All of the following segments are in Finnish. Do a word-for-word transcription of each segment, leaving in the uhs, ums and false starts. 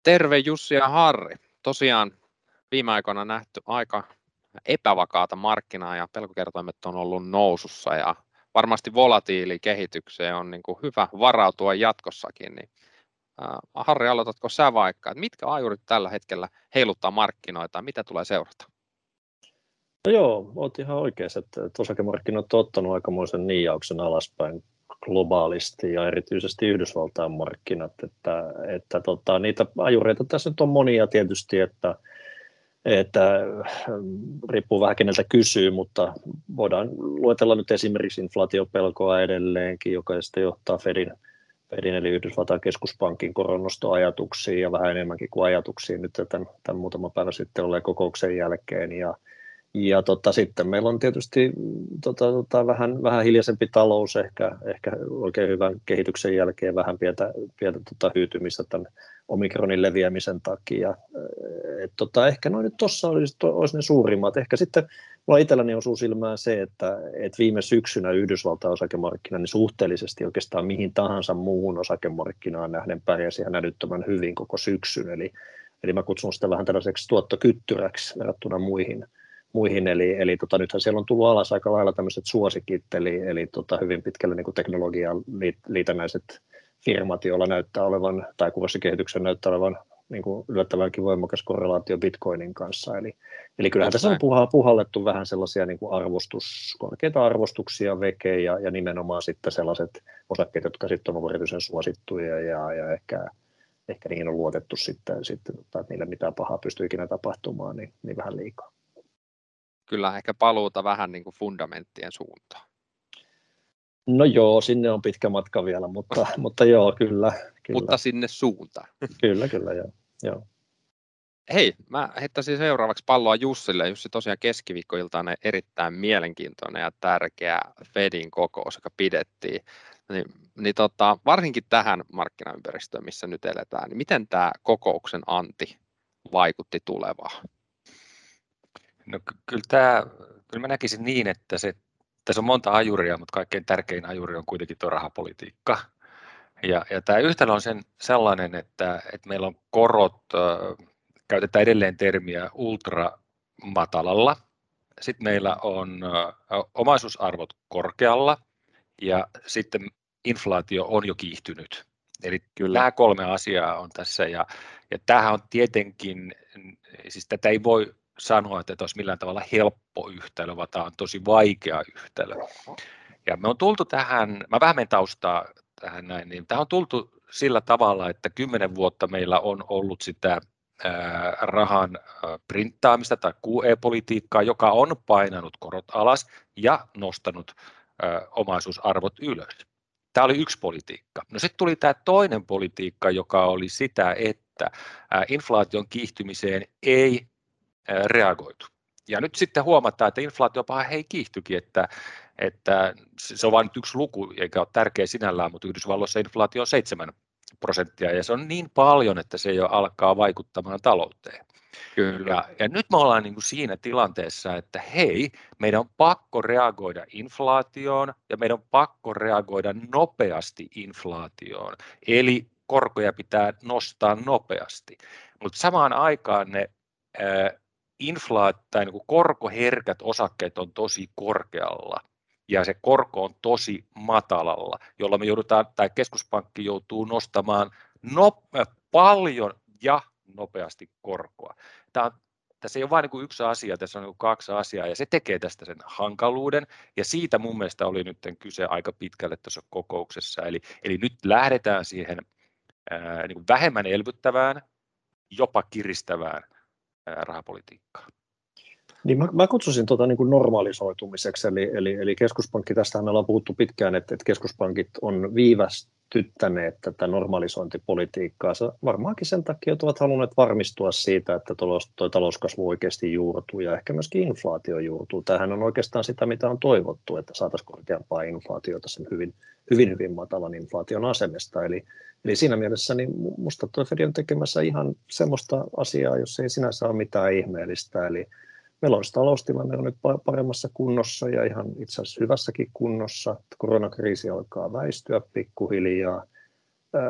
Terve Jussi ja Harri. Tosiaan viime aikoina nähty aika epävakaata markkinaa ja pelkokertoimet on ollut nousussa ja varmasti volatiili kehitykseen on niin kuin hyvä varautua jatkossakin. Niin, äh, Harri, aloitatko sä vaikka, että mitkä ajurit tällä hetkellä heiluttaa markkinoita ja mitä tulee seurata? No joo, olet ihan oikeassa, että, että osakemarkkinat on ottanut aikamoisen niijauksen alaspäin globaalisti ja erityisesti Yhdysvaltain markkinat, että, että tota, niitä ajureita tässä nyt on monia tietysti, että, että riippuu vähän keneltä kysyy, mutta voidaan luetella nyt esimerkiksi inflaatiopelkoa edelleenkin, joka sitten johtaa Fedin, Fedin eli Yhdysvaltain keskuspankin koronnostoajatuksiin ja vähän enemmänkin kuin ajatuksiin nyt tämän, tämän muutama päivä sitten olleen kokouksen jälkeen ja Ja tota, sitten meillä on tietysti tota, tota, vähän, vähän hiljaisempi talous, ehkä, ehkä oikein hyvän kehityksen jälkeen vähän pientä, pientä tota, hyytymistä tämän omikronin leviämisen takia. Et, tota, ehkä noin nyt tuossa olisi, olisi ne suurimmat. Ehkä sitten minulla itselläni osuu silmään se, että et viime syksynä Yhdysvaltain osakemarkkina niin suhteellisesti oikeastaan mihin tahansa muuhun osakemarkkinaan nähden pärjäsi ihan älyttömän hyvin koko syksyn. Eli, eli mä kutsun sitä vähän tällaiseksi tuottokyttyräksi verrattuna muihin. muihin, eli, eli tota, nythän siellä on tullut alas aika lailla tämmöiset suosikit, eli, eli tota, hyvin pitkälle niin kuin teknologiaan liitännäiset firmat, joilla näyttää olevan, tai kurssikehityksen näyttää olevan niin kuin yllättävänkin voimakas korrelaatio Bitcoinin kanssa, eli, eli kyllähän tässä on puha, puhallettu vähän sellaisia niin kuin arvostus, korkeita arvostuksia veke, ja, ja nimenomaan sitten sellaiset osakkeet, jotka sitten on erityisen suosittuja, ja, ja ehkä, ehkä niihin on luotettu sitten, sitten että niille mitään pahaa pystyy ikinä tapahtumaan, niin, niin vähän liikaa. Kyllä ehkä paluuta vähän niin kuin fundamenttien suuntaan. No joo, sinne on pitkä matka vielä, mutta, mutta joo, kyllä, kyllä. Mutta sinne suuntaan. Kyllä, kyllä, joo. joo. Hei, mä heittäisin seuraavaksi palloa Jussille. Jussi tosiaan keskiviikkoiltainen erittäin mielenkiintoinen ja tärkeä Fedin kokous, joka pidettiin. Niin, niin tota, varsinkin tähän markkinaympäristöön, missä nyt eletään, niin miten tämä kokouksen anti vaikutti tulevaan? No kyllä, tämä, kyllä mä näkisin niin, että se, tässä on monta ajuria, mutta kaikkein tärkein ajuri on kuitenkin tuo rahapolitiikka. Ja, ja tämä yhtälö on sen sellainen, että, että meillä on korot, äh, käytetään edelleen termiä ultramatalalla. Sitten meillä on äh, omaisuusarvot korkealla ja sitten inflaatio on jo kiihtynyt. Eli kyllä nämä kolme asiaa on tässä ja, ja tämähän on tietenkin, siis tätä ei voi sanoa, että olisi millään tavalla helppo yhtälö, vaan tämä on tosi vaikea yhtälö. Ja me on tultu tähän, mä vähän menen taustaa tähän näin, niin tähän on tultu sillä tavalla, että kymmenen vuotta meillä on ollut sitä ää, rahan ää, printtaamista tai Q E-politiikkaa, joka on painanut korot alas ja nostanut ää, omaisuusarvot ylös. Tämä oli yksi politiikka. No sitten tuli tämä toinen politiikka, joka oli sitä, että ää, inflaation kiihtymiseen ei reagoitu. Ja nyt sitten huomataan, että inflaatio paha hei kiihtyikin, että, että se on vain yksi luku, eikä ole tärkeä sinällään, mutta Yhdysvalloissa inflaatio on seitsemän prosenttia, ja se on niin paljon, että se jo alkaa vaikuttamaan talouteen. Kyllä. Ja, ja nyt me ollaan niin kuin siinä tilanteessa, että hei, meidän on pakko reagoida inflaatioon, ja meidän on pakko reagoida nopeasti inflaatioon, eli korkoja pitää nostaa nopeasti. Mutta samaan aikaan ne ää, inflaat, tai niin kuin korkoherkät osakkeet on tosi korkealla ja se korko on tosi matalalla, jolla me joudutaan, tai keskuspankki joutuu nostamaan no, paljon ja nopeasti korkoa. Tämä on, tässä ei ole vain niin kuin yksi asia, tässä on niin kuin kaksi asiaa ja se tekee tästä sen hankaluuden ja siitä mun mielestä oli nyt kyse aika pitkälle tuossa kokouksessa. Eli, eli nyt lähdetään siihen ää, niin kuin vähemmän elvyttävään, jopa kiristävään rahapolitiikkaa. Niin mä, mä kutsusin tuota niin kuin normalisoitumiseksi, eli, eli, eli keskuspankki, tästähän me ollaan puhuttu pitkään, että, että keskuspankit on viivästyttäneet tätä normalisointipolitiikkaa, varmaankin sen takia, että ovat halunneet varmistua siitä, että tuo talouskasvu oikeasti juurtuu ja ehkä myöskin inflaatio juurtuu. Tämähän on oikeastaan sitä, mitä on toivottu, että saataisiin korkeampaa inflaatiota sen hyvin, hyvin, hyvin matalan inflaation asemesta, eli Eli siinä mielessä niin musta tuo Fed on tekemässä ihan semmoista asiaa, jos ei sinänsä ole mitään ihmeellistä. Eli meillä on taloustilanne on nyt paremmassa kunnossa ja ihan itse asiassa hyvässäkin kunnossa. Koronakriisi alkaa väistyä pikkuhiljaa.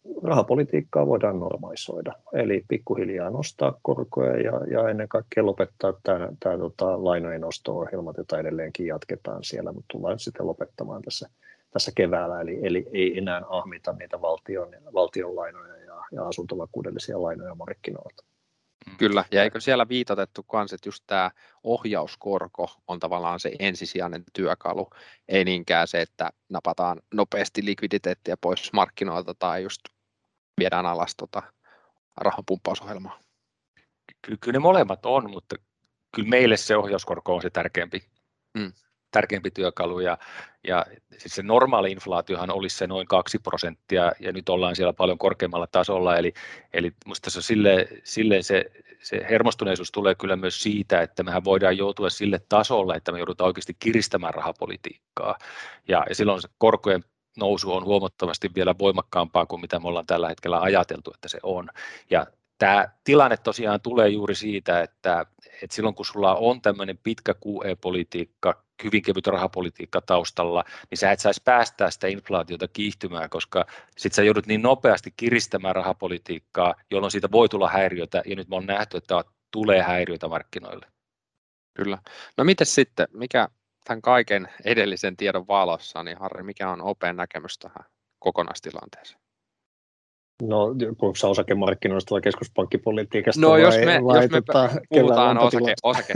rahapolitiikkaa voidaan normalisoida, eli pikkuhiljaa nostaa korkoja ja, ja ennen kaikkea lopettaa tämä, tämä tota, lainojen nosto-ohjelmat, jota edelleenkin jatketaan siellä, mutta tullaan sitten lopettamaan tässä, tässä keväällä, eli, eli ei enää ahmita niitä valtion, valtion lainoja ja, ja asuntovakuudellisia lainoja markkinoilta. Kyllä, ja eikö siellä viitotettu kans, että just tämä ohjauskorko on tavallaan se ensisijainen työkalu, ei niinkään se, että napataan nopeasti likviditeettiä pois markkinoilta tai just viedään alas tota rahanpumppausohjelmaa. Ky- kyllä ne molemmat on, mutta kyllä meille se ohjauskorko on se tärkeämpi, mm. tärkeämpi työkalu, ja, ja siis se normaali inflaatiohan olisi se noin kaksi prosenttia, ja nyt ollaan siellä paljon korkeammalla tasolla, eli, eli musta se, sille, sille se, se hermostuneisuus tulee kyllä myös siitä, että mehän voidaan joutua sille tasolle, että me joudutaan oikeasti kiristämään rahapolitiikkaa, ja, ja silloin se korkojen nousu on huomattavasti vielä voimakkaampaa kuin mitä me ollaan tällä hetkellä ajateltu, että se on, ja tämä tilanne tosiaan tulee juuri siitä, että, että silloin kun sulla on tämmöinen pitkä Q E-politiikka, hyvin kevyt rahapolitiikka taustalla, niin sä et saisi päästää sitä inflaatiota kiihtymään, koska sit sä joudut niin nopeasti kiristämään rahapolitiikkaa, jolloin siitä voi tulla häiriötä, ja nyt me on nähty, että tulee häiriötä markkinoille. Kyllä. No mites sitten, mikä tämän kaiken edellisen tiedon valossa, niin Harri, mikä on Open näkemys tähän kokonaistilanteeseen? No, puhuuko osakemarkkinoista vai keskuspankkipolitiikasta? No, vai, jos me, vai jos me tota, puhutaan osake, osake,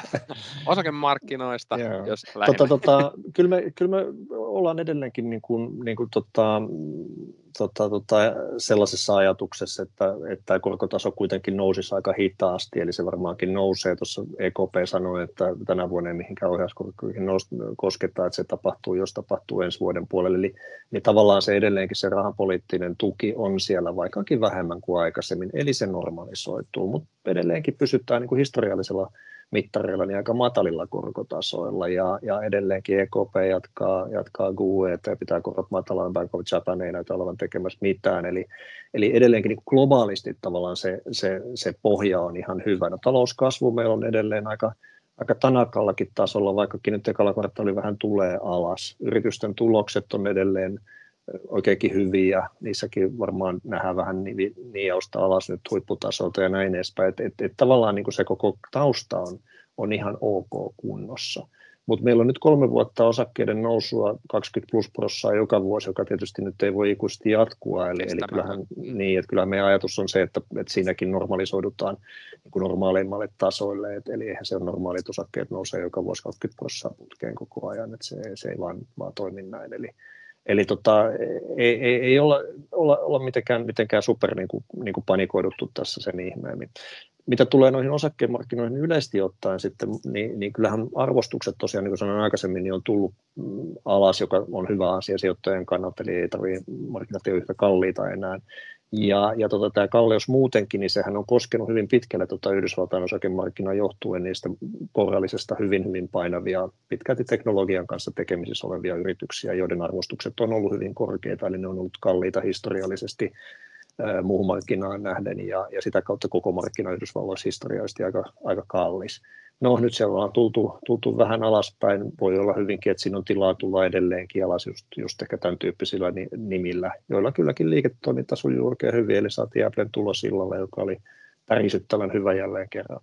osakemarkkinoista, jos lähinnä. Tota, tota, kyllä, me, kyllä me ollaan edelleenkin niin kuin, niin kuin, tota, tota, tota, sellaisessa ajatuksessa, että, että korkotaso kuitenkin nousisi aika hitaasti, eli se varmaankin nousee. Tuossa E K P sanoi, että tänä vuonna ei mihinkään ohjauskorkoihin kosketa, että se tapahtuu, jos tapahtuu ensi vuoden puolelle. Eli, eli tavallaan se edelleenkin se rahapoliittinen tuki on siellä vaikkakin vähemmän kuin aikaisemmin, eli se normalisoituu, mutta edelleenkin pysytään niin kuin historiallisella mittareilla niin aika matalilla korkotasoilla, ja, ja edelleenkin E K P jatkaa, jatkaa Q E ja pitää korot matalaan, Bank of Japan ei näytä olevan tekemässä mitään, eli, eli edelleenkin niin globaalisti tavallaan se, se, se pohja on ihan hyvä. No, talouskasvu meillä on edelleen aika, aika tanakallakin tasolla, vaikkakin nyt ekalla kvartaalilla vähän tulee alas. Yritysten tulokset on edelleen oikeinkin hyviä, niissäkin varmaan nähdään vähän niiausta alas nyt huipputasolta ja näin edespäin, että et, et tavallaan niin kuin se koko tausta on, on ihan ok kunnossa. Mutta meillä on nyt kolme vuotta osakkeiden nousua kaksikymmentä plus prosenttia joka vuosi, joka tietysti nyt ei voi ikuisesti jatkua, eli, eli kyllähän, niin, että kyllähän meidän ajatus on se, että, että siinäkin normalisoidutaan niin kuin normaaleimmalle tasoille, et, eli eihän se ole normaali, että osakkeet nousee joka vuosi kaksikymmentä prosenttia putkeen koko ajan, että se, se ei vaan, vaan toimi näin, eli Eli tota, ei, ei, ei olla, olla, olla mitenkään, mitenkään super niin kuin, niin kuin panikoiduttu tässä sen ihmeemmin. Mitä tulee noihin osakkeemarkkinoihin yleisesti ottaen sitten, niin, niin kyllähän arvostukset tosiaan, niin kuin sanoin aikaisemmin, niin on tullut alas, joka on hyvä asia sijoittajien kannalta, eli ei tarvitse markkinat ei ole yhtä kalliita enää. Ja, ja tota, tämä kalleus muutenkin, niin sehän on koskenut hyvin pitkälle tota Yhdysvaltain osakemarkkinaa johtuen niistä porallisesta hyvin, hyvin painavia, pitkälti teknologian kanssa tekemisissä olevia yrityksiä, joiden arvostukset on ollut hyvin korkeita, eli ne on ollut kalliita historiallisesti äh, muuhun markkinaan nähden, ja, ja sitä kautta koko markkina Yhdysvalloissa historiallisesti aika, aika kallis. No nyt siellä on tultu, tultu vähän alaspäin, voi olla hyvinkin, että siinä on tilaa tulla edelleenkin alas just, just ehkä tämän tyyppisillä nimillä, joilla kylläkin liiketoiminta sujuu oikein hyvin, eli saatiin Applen tulos illalla, joka oli pärisyttävän hyvä jälleen kerran.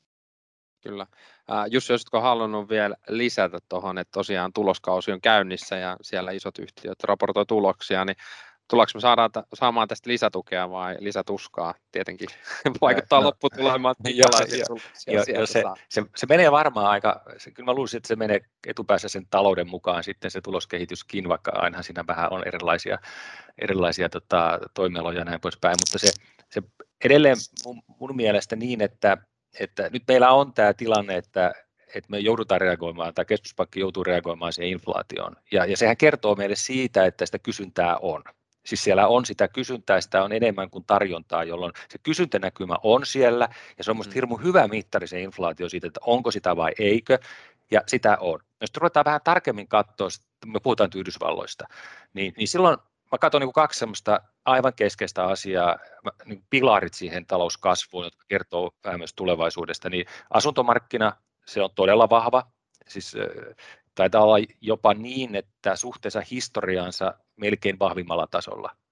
Kyllä. Äh, Jussi, olisitko halunnut vielä lisätä tuohon, että tosiaan tuloskausi on käynnissä ja siellä isot yhtiöt raportoi tuloksia, niin Tullaanko me saadaan, saamaan tästä lisätukea vai lisätuskaa? Tietenkin vaikuttaa no, lopputulemaan. Jo, jo, jo, se, se, se menee varmaan aika, se, kyllä mä luulisin, että se menee etupäässä sen talouden mukaan sitten se tuloskehityskin, vaikka ainahan siinä vähän on erilaisia, erilaisia tota, toimialoja ja näin poispäin, mutta se, se edelleen mun, mun mielestä niin, että, että nyt meillä on tämä tilanne, että että me joudutaan reagoimaan, tai keskuspankki joutuu reagoimaan siihen inflaatioon, ja, ja sehän kertoo meille siitä, että sitä kysyntää on. Siis siellä on sitä kysyntää, sitä on enemmän kuin tarjontaa, jolloin se kysyntänäkymä on siellä, ja se on minusta hirmu hyvä mittari se inflaatio siitä, että onko sitä vai eikö, ja sitä on. Jos ruvetaan vähän tarkemmin katsoa, me puhutaan Yhdysvalloista, niin, niin silloin mä katson niin kaksi semmoista aivan keskeistä asiaa, niin pilarit siihen talouskasvuun, jotka kertoo vähän myös tulevaisuudesta, niin asuntomarkkina, se on todella vahva, siis taitaa olla jopa niin, että suhteessa historiaansa melkein vahvimmalla tasolla.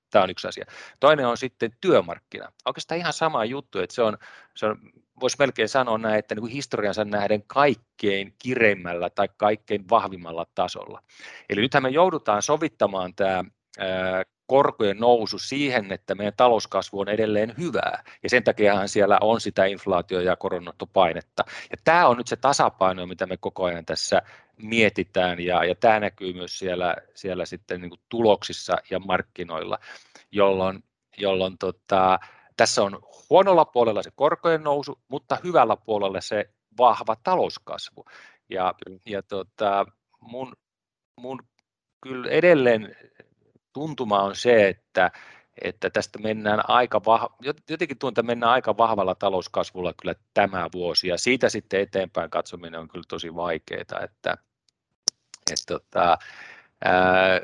Tämä on yksi asia. Toinen on sitten työmarkkina. Oikeastaan ihan sama juttu, että se on, se on voisi melkein sanoa näin, että niin kuin historiansa nähden kaikkein kireimmällä tai kaikkein vahvimmalla tasolla. Eli nythän me joudutaan sovittamaan tämä ää, korkojen nousu siihen, että meidän talouskasvu on edelleen hyvää, ja sen takiahan siellä on sitä inflaatio- ja koronottopainetta. Ja tämä on nyt se tasapaino, mitä me koko ajan tässä mietitään, ja, ja tämä näkyy myös siellä, siellä sitten niin kuin tuloksissa ja markkinoilla, jolloin, jolloin tota, tässä on huonolla puolella se korkojen nousu, mutta hyvällä puolella se vahva talouskasvu. Ja, ja tota, mun, mun kyllä edelleen tuntuma on se, että, että tästä mennään aika vah, jotenkin tuntuu, että mennään aika vahvalla talouskasvulla kyllä tämä vuosi, ja siitä sitten eteenpäin katsominen on kyllä tosi vaikeaa, että, että tota, ää,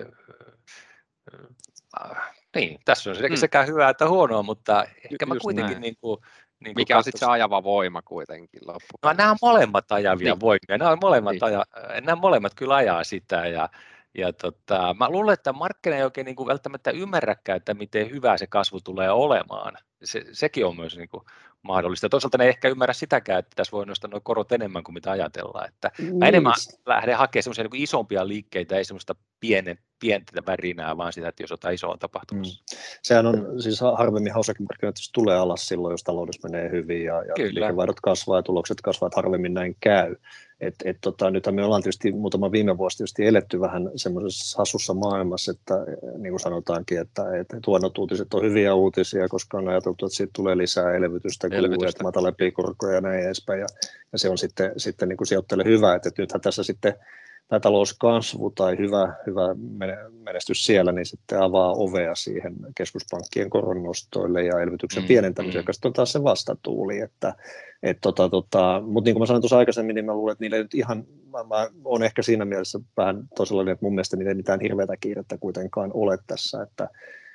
niin, tässä on sekä, sekä hyvää että huonoa, mutta ehkä mä Just kuitenkin näin. niin kuin, niin kuin Mikä on sitten se ajava voima kuitenkin loppupeleissä? No, nämä on molemmat ajavia niin. voimia, nämä, on molemmat niin. aja, nämä molemmat kyllä ajaa sitä, ja, ja tota, mä luulen, että markkina ei oikein niin kuin välttämättä ymmärräkään, että miten hyvä se kasvu tulee olemaan. Se, sekin on myös niin kuin mahdollista. Toisaalta ne ei ehkä ymmärrä sitäkään, että tässä voi nostaa nuo korot enemmän kuin mitä ajatellaan. Että Niin. mä enemmän lähden hakemaan semmoisia niin kuin isompia liikkeitä, ei semmoista pienen, pientä värinää, vaan sitä, että jos jotain isoa on tapahtumassa. Mm. Sehän on siis harvemmin osakemarkkinat tulee alas silloin, jos taloudessa menee hyvin ja, ja liikevaihdot kasvaa ja tulokset kasvaa, että harvemmin näin käy. Et, et, tota, nythän me ollaan tietysti muutama viime vuosi tietysti eletty vähän semmoisessa hassussa maailmassa, että niin kuin sanotaankin, että, että huonot uutiset on hyviä uutisia, koska on ajateltu, että siitä tulee lisää elvytystä, elvytystä. Matalempia korkoja ja näin edespäin, ja, ja se on sitten, sitten niin kuin sijoittajille hyvä, että, että nythän tässä sitten tämä talouskasvu tai hyvä, hyvä menestys siellä, niin sitten avaa ovea siihen keskuspankkien koronnostoille ja elvytyksen mm, pienentämiseen, mm. joka sitten on taas se vastatuuli. Että, et tota, tota, mutta niin kuin mä sanoin tuossa aikaisemmin, niin mä luulen, että niillä ei nyt ihan, mä, mä olen ehkä siinä mielessä vähän toisella, että mun mielestä niillä ei mitään hirveätä kiirettä kuitenkaan ole tässä, että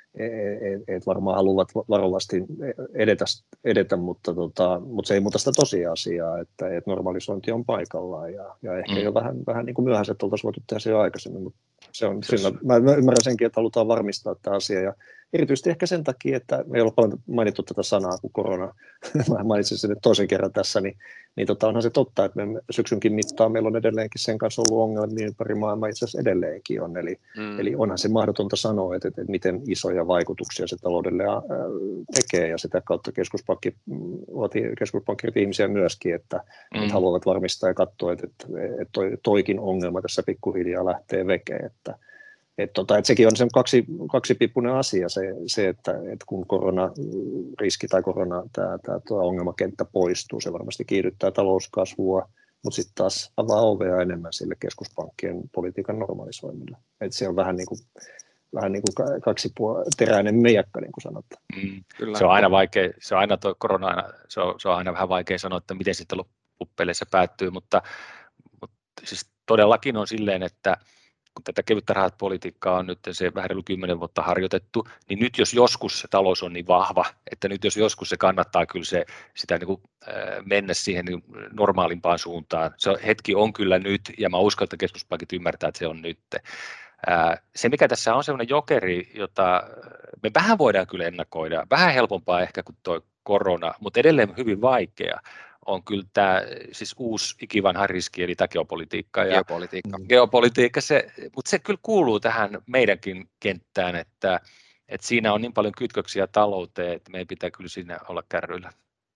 et, et varmaan haluavat varovasti edetä, edetä mutta, tota, mutta se ei muuta sitä tosiasiaa, että et normalisointi on paikallaan ja, ja ehkä mm. jo vähän, vähän niin kuin myöhäiset että oltaisiin voitu tehdä se jo aikaisemmin, mutta se on, siinä, mä ymmärrän senkin, että halutaan varmistaa tämä asia ja erityisesti ehkä sen takia, että me ei ole paljon mainittu tätä sanaa kuin korona, mä mainitsin sen toisen kerran tässä, niin, niin tota, onhan se totta, että me syksynkin mittaan meillä on edelleenkin sen kanssa ollut ongelmia, niin ympäri maailmaa itse asiassa edelleenkin on, eli, mm. eli onhan se mahdotonta sanoa, että, että, että miten isoja vaikutuksia se taloudelle ää, tekee, ja sitä kautta keskuspankki, keskuspankki ihmisiä myöskin, että, mm. että haluavat varmistaa ja katsoa, että, että, että toi, toikin ongelma tässä pikkuhiljaa lähtee vekeen, että Että tota, et sekin on se kaksi, kaksipiippunen asia, se, se että et kun koronariski tai korona, tämä, tämä ongelmakenttä poistuu, se varmasti kiihdyttää talouskasvua, mutta sitten taas avaa ovea enemmän sille keskuspankkien politiikan normalisoinnille. Et se on vähän niin kuin, vähän niin kuin kaksiteräinen meijakka, niin kuin sanotaan. Mm, se on aina vaikea, se on aina tuo korona, se on, se on aina vähän vaikea sanoa, että miten sitten loppupeleissä päättyy, mutta, mutta siis todellakin on silleen, että kun tätä kevyttä rahapolitiikkaa on nyt se vähän reilu kymmenen vuotta harjoitettu, niin nyt jos joskus se talous on niin vahva, että nyt jos joskus se kannattaa kyllä se, sitä niin kuin, äh, mennä siihen niin normaalimpaan suuntaan. Se hetki on kyllä nyt, ja mä uskon, että keskuspankit ymmärtää, että se on nyt. Äh, se, mikä tässä on sellainen jokeri, jota me vähän voidaan kyllä ennakoida, vähän helpompaa ehkä kuin tuo korona, mutta edelleen hyvin vaikea, on kyllä tämä siis uusi ikivanha riski, eli tämä geopolitiikka. Ja geopolitiikka. geopolitiikka se, mutta se kyllä kuuluu tähän meidänkin kenttään, että, että siinä on niin paljon kytköksiä talouteen, että meidän pitää kyllä siinä olla kärryillä.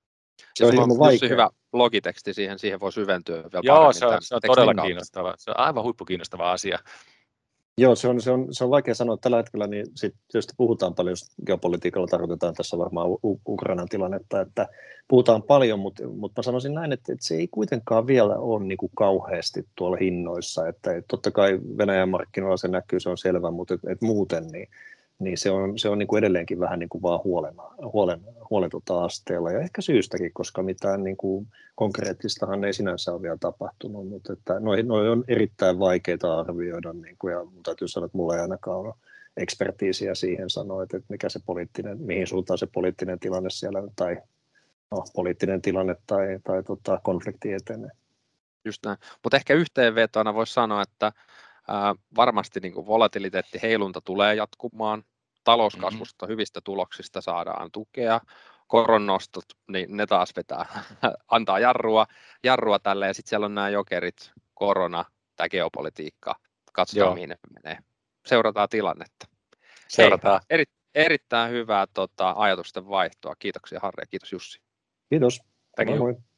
Se on hieman vaikea. Hyvä blogiteksti siihen, siihen voi syventyä vielä Joo, paremmin. se on, se on todella kiinnostava. Se on aivan huippukiinnostava asia. Joo, se on, se, on, se on vaikea sanoa tällä hetkellä, niin sit tietysti puhutaan paljon, jos geopolitiikalla tarkoitetaan tässä varmaan U- Ukrainan tilannetta, että puhutaan paljon, mutta, mutta mä sanoisin näin, että, että se ei kuitenkaan vielä ole niin kuin kauheasti tuolla hinnoissa, että, että totta kai Venäjän markkinoilla se näkyy, se on selvä, mutta että, että muuten niin, niin se on, se on niin kuin edelleenkin vähän niin kuin vaan huolena, huolen, huolen tuota asteella ja ehkä syystäkin, koska mitään niin kuin konkreettistahan ei sinänsä ole vielä tapahtunut, mutta että noi, noi on erittäin vaikeita arvioida niin kuin, ja täytyy sanoa, että mulla ei ainakaan ole ekspertiisiä siihen sanoa, että mikä se poliittinen, mihin suuntaan se poliittinen tilanne siellä tai no, poliittinen tilanne tai, tai tota, konflikti etenee. Just näin, mutta ehkä yhteenvetona voisi sanoa, että ää, varmasti niin kuin volatiliteetti, heilunta tulee jatkumaan talouskasvusta, mm-hmm. hyvistä tuloksista saadaan tukea, koronnostot, niin ne taas vetää, antaa jarrua, jarrua tälle, ja sitten siellä on nämä jokerit, korona, tämä geopolitiikka, katsotaan Joo. mihin ne menee. Seurataan tilannetta. Seurataan. Hei, eri, erittäin hyvää tota, ajatusten vaihtoa. Kiitoksia Harri ja kiitos Jussi. Kiitos. Thank you.